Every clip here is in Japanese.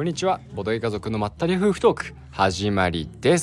こんにちは。ボドゲ家族のまったり夫婦トーク始まりです。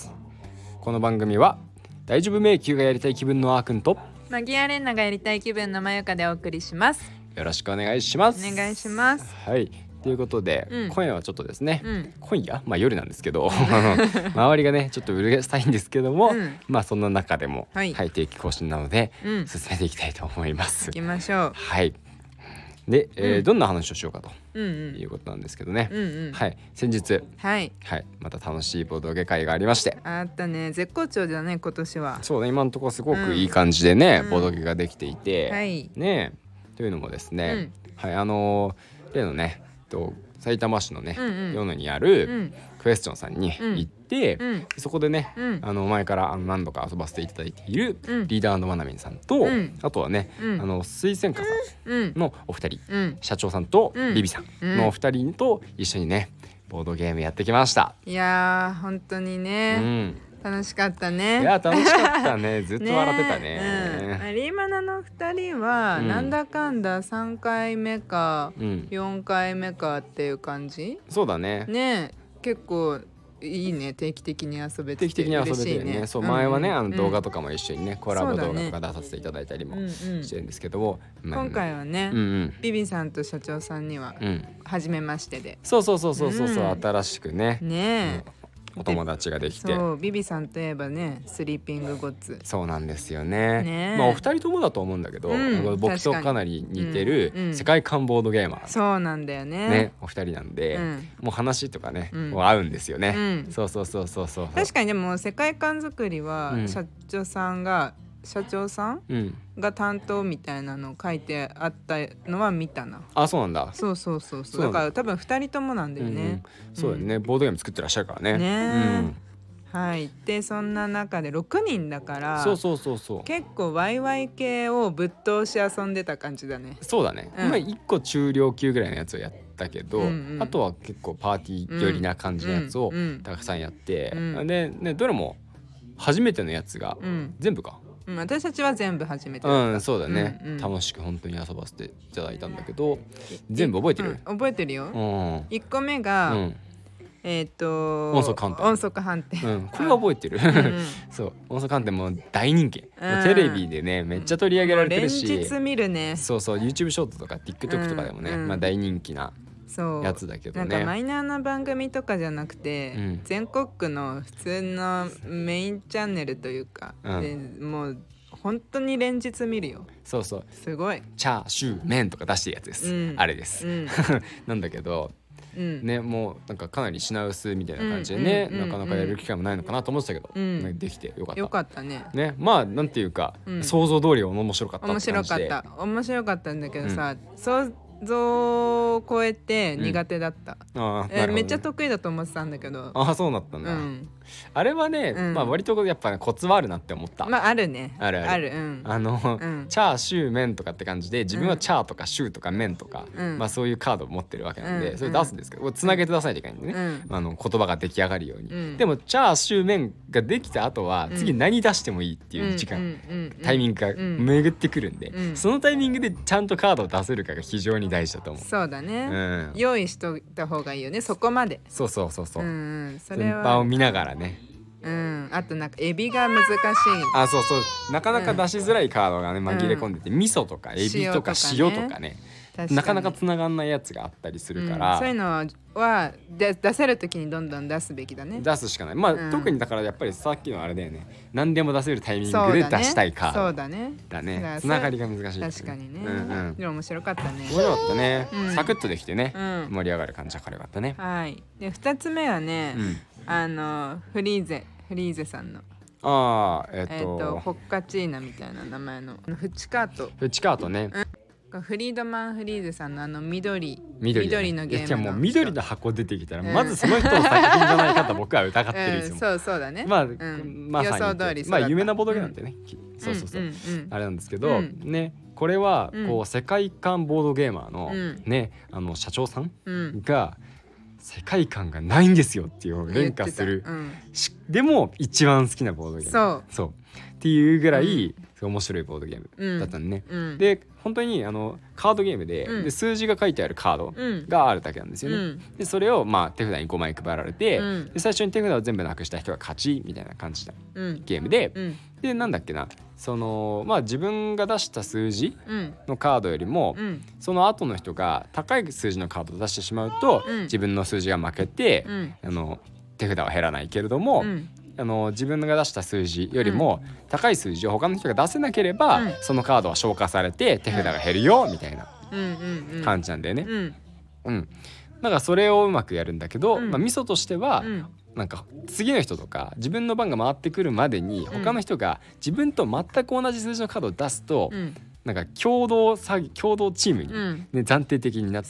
この番組は大丈夫迷宮がやりたい気分のあーくんとマギアレンナがやりたい気分のまゆかでお送りします。 よろしくお願いします。 お願いします。 はい、ということで、今夜はちょっとですね、今夜夜なんですけど周りがねちょっとうるさいんですけども、そんな中でも、定期更新なので、進めていきたいと思います。 行きましょう。 はいで、どんな話をしようかということなんですけどね、先日、また楽しいボードゲ会がありまして、 あったね。絶好調だね今年は。 そうね、今のところすごくいい感じでね、ボードゲができていて、ねというのもですね、例のね埼玉市のね、与野にあるクエスチョンさんに行って、そこでね、前から何度か遊ばせていただいているリーダーまなみんさんと、あとはね、水仙花さんのお二人、社長さんとビビさんのお二人と一緒にねボードゲームやってきました。 いやー本当にね、楽しかったね。 いや楽しかったね。ずっと笑ってたね。 リーマナの2人はなんだかんだ3回目か4回目かっていう感じ。 そうだね。 ね結構いいね。定期的に遊べてて嬉しいね。 そう前はね動画とかも一緒にねコラボ動画とか出させていただいたりもしてるんですけども、 今回はねビビさんと社長さんには初めましてで、 そう新しくねお友達ができて、 そうビビさんといえばねスリーピングゴッツ。 そうなんですよね。お二人ともだと思うんだけど、僕とかなり似てる世界観ボードゲーマー、 そうなんだよね。 お二人なんで、もう話とかね、もう合うんですよね。そう確かに。でも世界観作りは社長さんがが担当みたいなの書いてあったのは見たな。 あ、そうなんだ。 そうだから多分2人ともなんだよね。 そうだよね。ボードゲーム作ってらっしゃるからね。 はい。でそんな中で6人だからそう結構ワイワイ系をぶっ通し遊んでた感じだね。 そうだね。1個中量級ぐらいのやつをやったけど、あとは結構パーティー寄りな感じのやつをたくさんやって、でねどれも初めてのやつが全部か。 私たちは全部初めてだった。そうだね、楽しく本当に遊ばせていただいたんだけど、全部覚えてる？ 覚えてるよ。1個目が音速反転。 これは覚えてる。そう音速反転も大人気。テレビでねめっちゃ取り上げられてるし、 連日見るね。 そう YouTube ショートとか TikTok とかでもね、大人気なやつだけどね。 なんかマイナーな番組とかじゃなくて、全国区の普通のメインチャンネルというか、でもう本当に連日見るよ。そうすごい。 チャーシュー麺とか出してるやつです、あれです、なんだけどね、もうなんかかなり品薄みたいな感じでね、なかなかやる機会もないのかなと思ってたけど、できてよかった。 よかったね。 なんていうか、想像通り面白かったって感じで。 面白かったんだけどさ、想像を超えて苦手だった。めっちゃ得意だと思ってたんだけど。 そうなったんだ。あれはね、割とやっぱコツはあるなって思った。 あるね。ある。 チャーシュー麺とかって感じで、自分はチャーとかシューとか麺とか、そういうカードを持ってるわけなんで、それ出すんですけど、つなげて出さないといけないんでね、言葉が出来上がるように。でもチャーシュー麺ができた後は次何出してもいいっていう時間、タイミングが巡ってくるんで、そのタイミングでちゃんとカードを出せるかが非常に大事だと思う。 そうだね。用意しといた方がいいよね、そこまで。 そう。 それは場を見ながらね。 あとなんかエビが難しい。 なかなか出しづらいカードがね紛れ込んでて、味噌とかエビとか塩とかね、なかなかつながんないやつがあったりするから、 そういうのは出せる時にどんどん出すべきだね。 出すしかない。特にだからやっぱりさっきのあれだよね、何でも出せるタイミングで出したいカード。 そうだね。 つながりが難しい。 確かにね。でも面白かったね。 面白かったね。サクッとできてね、盛り上がる感じがよかったね。 はい。で2つ目はね、フリーゼさんのホッカチーナみたいな名前のフチカートね。フリードマン・フリーゼさんの緑のゲームの。 もう緑の箱出てきたらまずその人の作品じゃないかと僕は疑ってるんですよ。そうだね。 予想通り有名なボードゲームなんてね。そうあれなんですけどね、これはこう世界観ボードゲーマーのね社長さんが世界観がないんですよっていう連呼する、でも一番好きなボードゲーム。そうっていうぐらい、面白いボードゲームだったのね、で本当にカードゲームで、数字が書いてあるカードがあるだけなんですよね、でそれを手札に5枚配られて、で最初に手札を全部なくした人が勝ちみたいな感じなゲームで、でなんだっけな、自分が出した数字のカードよりも、その後の人が高い数字のカードを出してしまうと、自分の数字が負けて、手札は減らないけれども、自分が出した数字よりも高い数字を他の人が出せなければ、そのカードは消化されて手札が減るよみたいな感じなんだよね。だからそれをうまくやるんだけど、ミソとしては、なんか次の人とか自分の番が回ってくるまでに他の人が自分と全く同じ数字のカードを出すと、なんか共同チームに、暫定的になって、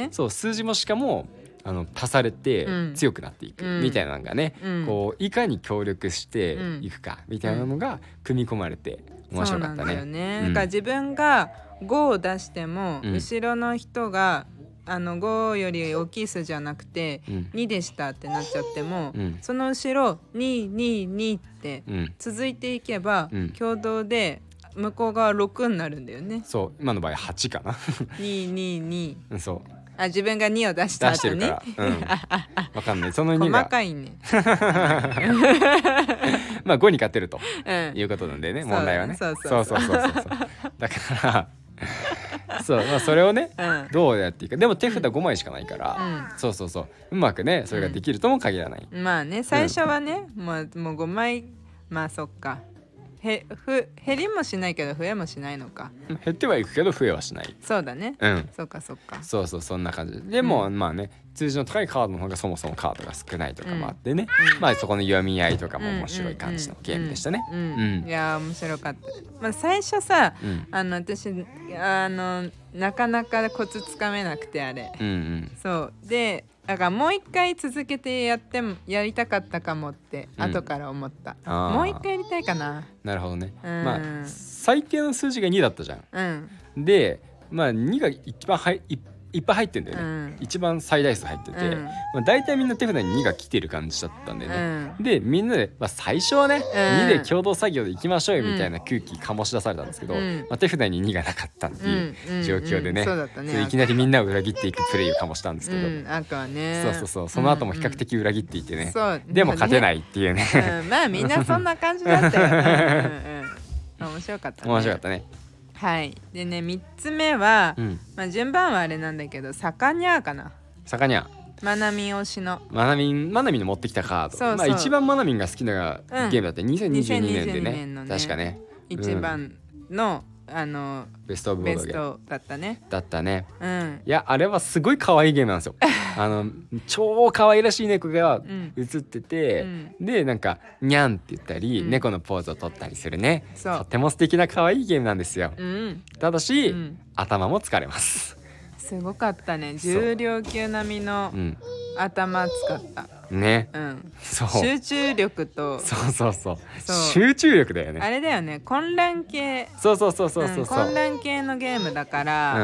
そう数字もしかも足されて強くなっていくみたいなのがね、こういかに協力していくかみたいなのが組み込まれて面白かったね。 そうなんだよね。だから自分が5を出しても、後ろの人が5より大きい数じゃなくて、2でしたってなっちゃっても、その後ろ222って続いていけば、共同で向こう側6になるんだよね。 そう今の場合8かな 222 そう自分が2を出した後に出してるから、分かんないその2が細かいね 5に勝てるということなんでね、問題はね。そうだからそれをね、どうやっていいか。でも手札5枚しかないから、うまくねそれができるとも限らない。 まあね、最初はね、もう5枚、そっか減りもしないけど増えもしないのか。 減ってはいくけど増えはしない。 そうだね。そっか。 そんな感じでも、数字の高いカードの方がそもそもカードが少ないとかもあってね、そこの読み合いとかも面白い感じのゲームでしたね。 いや面白かった。最初さ、私なかなかコツつかめなくてあれ。そうでだからもう一回続けてやりたかったかもって後から思った。もう一回やりたいかな。 なるほどね。最低の数字が2だったじゃん。で2が一番いっぱい入ってんだよね、一番最大数入ってて、大体みんな手札に2が来てる感じだったんだよね、でみんなで、最初はね、2で共同作業でいきましょうよみたいな空気醸し出されたんですけど、手札に2がなかったっていう状況でね、いきなりみんなを裏切っていくプレイを醸したんですけど、 赤はね、 その後も比較的裏切っていてね、でも勝てないっていうね、 みんなそんな感じだったよね。面白かったね。 面白かったね。 はい。でね、3つ目は、順番はあれなんだけど、サカニャーかな。 サカニャー。 マナミン推しの。 マナミンの持ってきたカード。一番マナミンが好きなゲームだって2022年でね。確かね。 一番のベストオブボードゲームだったね。いやあれはすごい可愛いゲームなんですよ。超可愛らしい猫が映ってて、でなんかニャンって言ったり、猫のポーズを取ったりするね、とても素敵な可愛いゲームなんですよ。ただし、頭も疲れます。 すごかったね。重量級並みの頭使ったね。 集中力と集中力だよね。 あれだよね、混乱系。混乱系のゲームだから、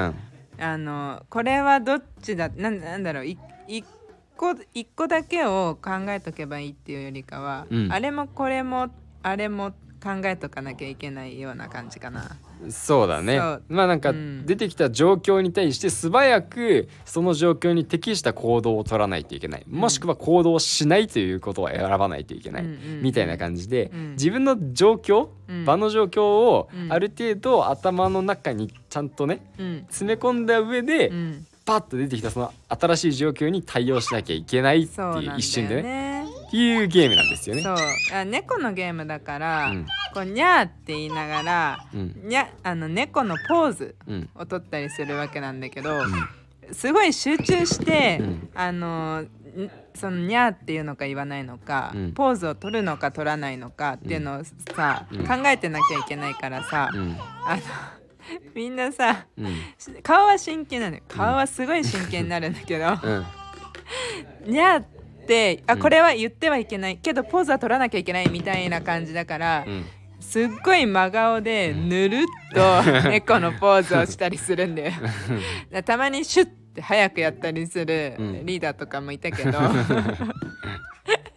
これはどっちだ、なんだろう、一個だけを考えとけばいいっていうよりかは、あれもこれもあれも考えとかなきゃいけないような感じかな。 そうだね。なんか出てきた状況に対して素早くその状況に適した行動を取らないといけない、もしくは行動しないということを選ばないといけない、みたいな感じで、自分の状況、場の状況をある程度頭の中にちゃんとね、詰め込んだ上で、パッと出てきたその新しい状況に対応しなきゃいけないっていう一瞬でねっていうゲームなんですよね。 猫のゲームだから、こうニャーって言いながら、猫のポーズを取ったりするわけなんだけど、すごい集中して、そのニャーっていうのか言わないのか、ポーズを取るのか取らないのかっていうのをさ、考えてなきゃいけないからさ、みんなさ、顔は真剣なのよ。顔はすごい真剣になるんだけど、ニャーってこれは言ってはいけないけどポーズは取らなきゃいけないみたいな感じだから、すっごい真顔でぬるっと猫のポーズをしたりするんだよ。たまにシュッて早くやったりするリーダーとかもいたけど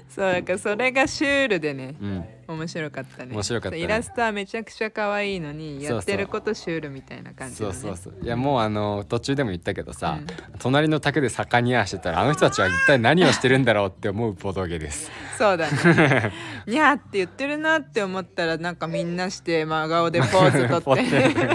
そうだからそれがシュールでね、面白かったね。 面白かったね。 イラストはめちゃくちゃ可愛いのにやってることシュールみたいな感じだね。 そういやもう途中でも言ったけどさ、隣の卓で盛んに合わせてたらあの人たちは一体何をしてるんだろうって思うボドゲです。 そうだね。にゃーって言ってるなって思ったらなんかみんなして真顔でポーズとって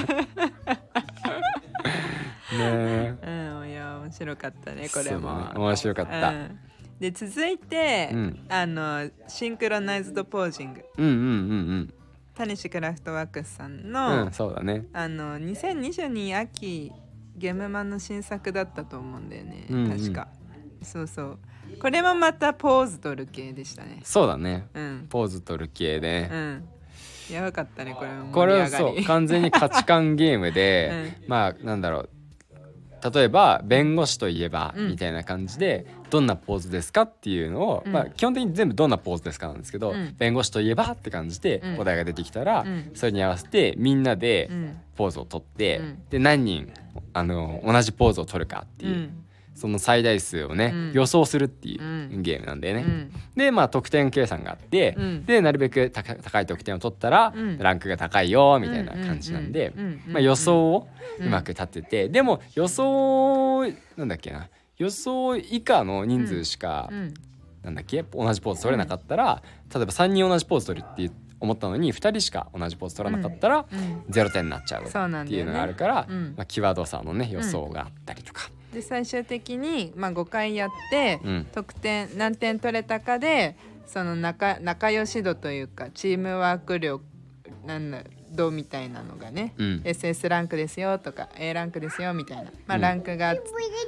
ねえ、いや面白かったねこれも、ね、 面白かった、 で続いて、シンクロナイズドポージング、タニシクラフトワークスさんの、 そうだね、 2022秋ゲームマンの新作だったと思うんだよね、確か。そうこれもまたポーズ取る系でしたね。 そうだね、ポーズ取る系で、 やばかったねこれも。 これはそう完全に価値観ゲームで、まあなんだろう、例えば弁護士といえばみたいな感じで、どんなポーズですかっていうのを、基本的に全部どんなポーズですかなんですけど、弁護士といえばって感じでお題が出てきたら、それに合わせてみんなでポーズを取って、で何人同じポーズを取るかっていう、その最大数をね、予想するっていうゲームなんだよね。でまあ得点計算があって、でなるべく高い得点を取ったら、ランクが高いよみたいな感じなんで、予想をうまく立てて、でも予想なんだっけな、予想以下の人数しか、なんだっけ、同じポーズ取れなかったら、例えば3人同じポーズ取るって思ったのに2人しか同じポーズ取らなかったら、0点になっちゃうっていうのがあるから、際どさのね予想があったりとか。 で最終的に、5回やって、得点何点取れたかでその仲良し度というかチームワーク力度みたいなのがね、SS ランクですよとか A ランクですよみたいな、ランクがで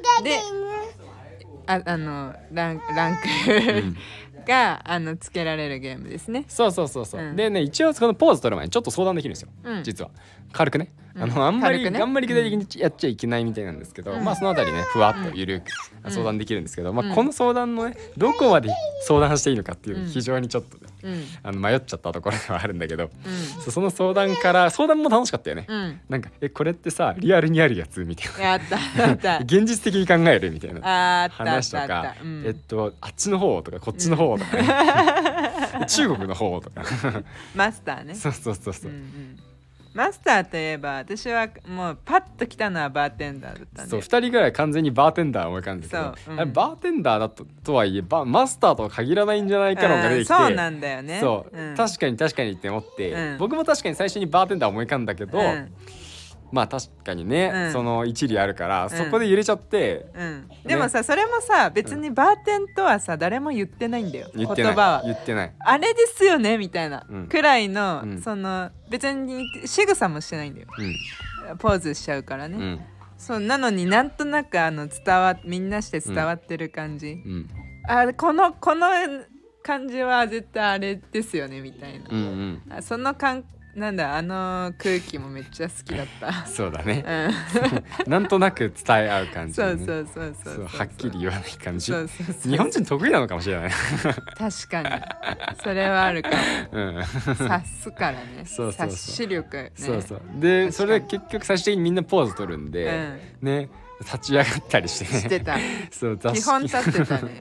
ランクがつけられるゲームですね。 そう、でね、一応このポーズ取る前にちょっと相談できるんですよ、実は軽くね、あんまり具体的にやっちゃいけないみたいなんですけど、そのあたりねふわっとゆるく相談できるんですけど、この相談のねどこまで相談していいのかっていう非常にちょっとね、迷っちゃったところではあるんだけど、その相談も楽しかったよね、なんかこれってさリアルにあるやつみたいな、 やった現実的に考えるみたいな話とか、あっちの方とかこっちの方とかね中国の方とかマスターね。 そう、 マスターといえば私はもうパッと来たのはバーテンダーだったんで、 そう2人ぐらい完全にバーテンダー思い浮かんでたけど、バーテンダーだとはいえマスターとは限らないんじゃないかのが出てきて、 そうなんだよね。 そう、確かにって思って、僕も確かに最初にバーテンダー思い浮かんだけど、確かにね、その一理あるから、そこで揺れちゃって、 でもさそれもさ別にバーテンとはさ誰も言ってないんだよ、言葉は言ってない、 あれですよねみたいなくらいの、その別に仕草もしてないんだよ、ポーズしちゃうからね、そうなのになんとなくみんなして伝わってる感じ、この感じは絶対あれですよねみたいな、そのなんだ空気もめっちゃ好きだったそうだね、なんとなく伝え合う感じ、 そうはっきり言わない感じ、日本人得意なのかもしれない確かにそれはあるかも、察すからね、察し力ね、 でそれで結局最終的にみんなポーズ取るんで、ね立ち上がったりしてたそう基本立ってたね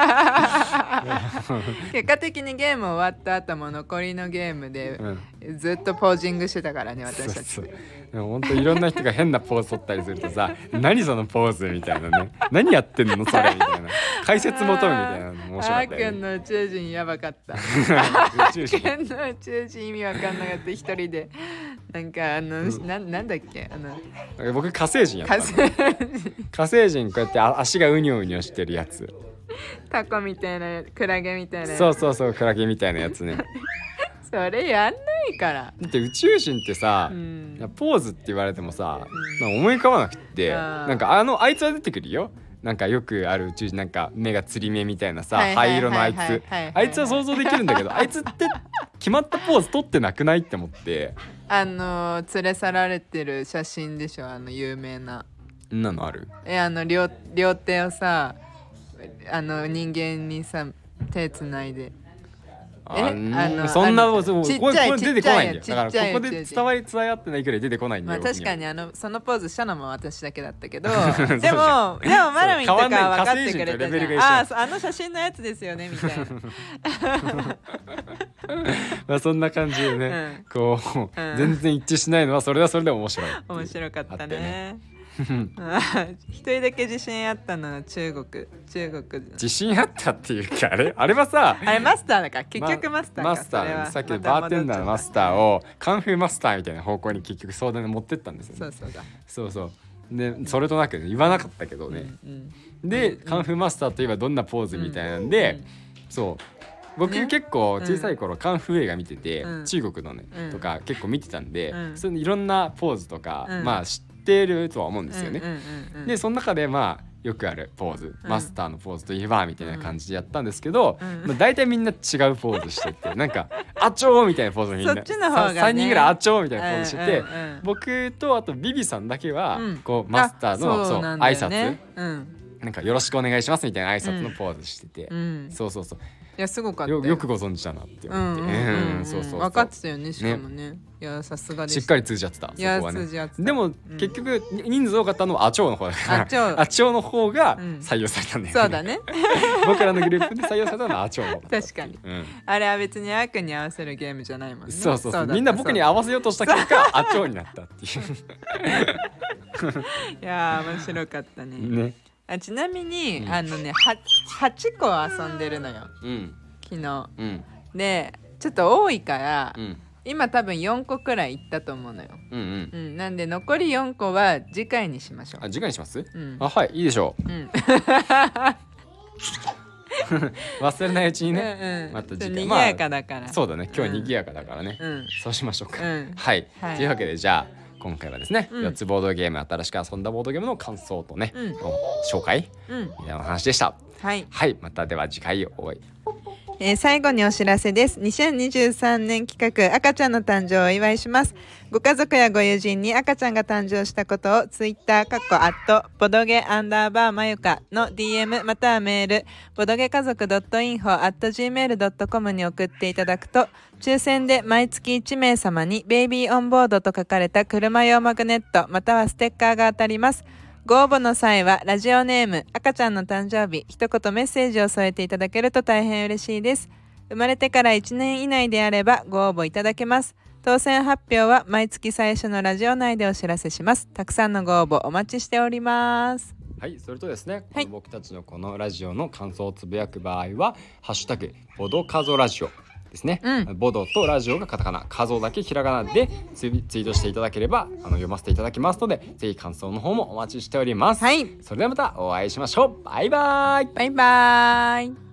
結果的にゲーム終わった後も残りのゲームでずっとポージングしてたからね私たち。 でも本当いろんな人が変なポーズ取ったりするとさ何そのポーズみたいなね何やってんのそれみたいな解説求むみたいなの面白かったよね。 あーくんの宇宙人やばかった宇宙人意味わかんなかった一人でなんかなんだっけ僕火星人やったの火星人こうやって足がうにょうにょしてるやつ、 タコみたいなクラゲみたいな、 そうクラゲみたいなやつねそれやんないから。 だって宇宙人ってさ、ポーズって言われてもさ、思い浮かばなくってなんかあいつは出てくるよ、なんかよくある宇宙人なんか目がつり目みたいなさ灰色のあいつは想像できるんだけどあいつって決まったポーズ取ってなくないって思って、 連れ去られてる写真でしょ、有名な。 なのある？ 両手をさ人間にさ手つないでそんなこれ出てこないんだよ。だからここで伝わってないくらい出てこないんだよ。 確かにそのポーズしたのも私だけだったけどでもマラミンとか分かってくれたじゃん。あの写真のやつですよねみたいなそんな感じでね、こう全然一致しないのはそれはそれで面白い。 面白かったね。一人だけ自信あったのは中国自信あったっていうかあれはさあれマスターだから結局マスターさっきのバーテンダーのマスターをカンフーマスターみたいな方向に結局相談で持ってったんですよね。そうでそれとなく言わなかったけどね、でカンフーマスターといえばどんなポーズみたいなんで、そう僕結構小さい頃カンフー映画見てて、中国のねとか結構見てたんで、そのいろんなポーズとか知ってるとは思うんですよね。でその中でよくあるポーズ、マスターのポーズといえばみたいな感じでやったんですけど、大体みんな違うポーズしててなんかあちょーみたいなポーズみんな3人ぐらいあちょーみたいなポーズしてて、僕とあとビビさんだけはこうマスターの挨拶なんかよろしくお願いしますみたいな挨拶のポーズしてて、そういやすごかったよくご存知だなって思って、 分かってたよね。しかもねいやさすがです。 しっかり通じ合ってた。そこはね。でも結局人数多かったのはアチョウの方だからアチョウの方が採用されたんだよね。 そうだね。 僕らのグループで採用されたのはアチョウの方。 確かに。あれは別にアークに合わせるゲームじゃないもんね。 そうみんな僕に合わせようとした結果アチョウになったっていう。 いや面白かったね。ちなみに8個遊んでるのよ、昨日、でちょっと多いから、今多分4個くらいいったと思うのよ、なんで残り4個は次回にしましょう。 次回にします？はいいいでしょう。忘れないうちにね、また次回にぎやかだから、 そうだね、今日にぎやかだからね、そうしましょうか。はい、というわけでじゃあ今回はですね、4つボードゲーム、新しく遊んだボードゲームの感想とね、紹介みたいな話でした。はい、またでは次回お会い。 最後にお知らせです。2023年企画赤ちゃんの誕生をお祝いします。ご家族やご友人に赤ちゃんが誕生したことをツイッターボドゲ_まゆかの DM またはメールボドゲ家族 .info@gmail.com に送っていただくと、抽選で毎月1名様にベイビーオンボードと書かれた車用マグネットまたはステッカーが当たります。ご応募の際はラジオネーム赤ちゃんの誕生日一言メッセージを添えていただけると大変嬉しいです。生まれてから1年以内であればご応募いただけます。当選発表は毎月最初のラジオ内でお知らせします。たくさんのご応募お待ちしております。 はい、それとですね、僕たちのこのラジオの感想をつぶやく場合はハッシュタグボドカゾラジオですね、ボドとラジオがカタカナ、カゾだけひらがなでツイートしていただければ読ませていただきますので、ぜひ感想の方もお待ちしております。それではまたお会いしましょう。バイバイ。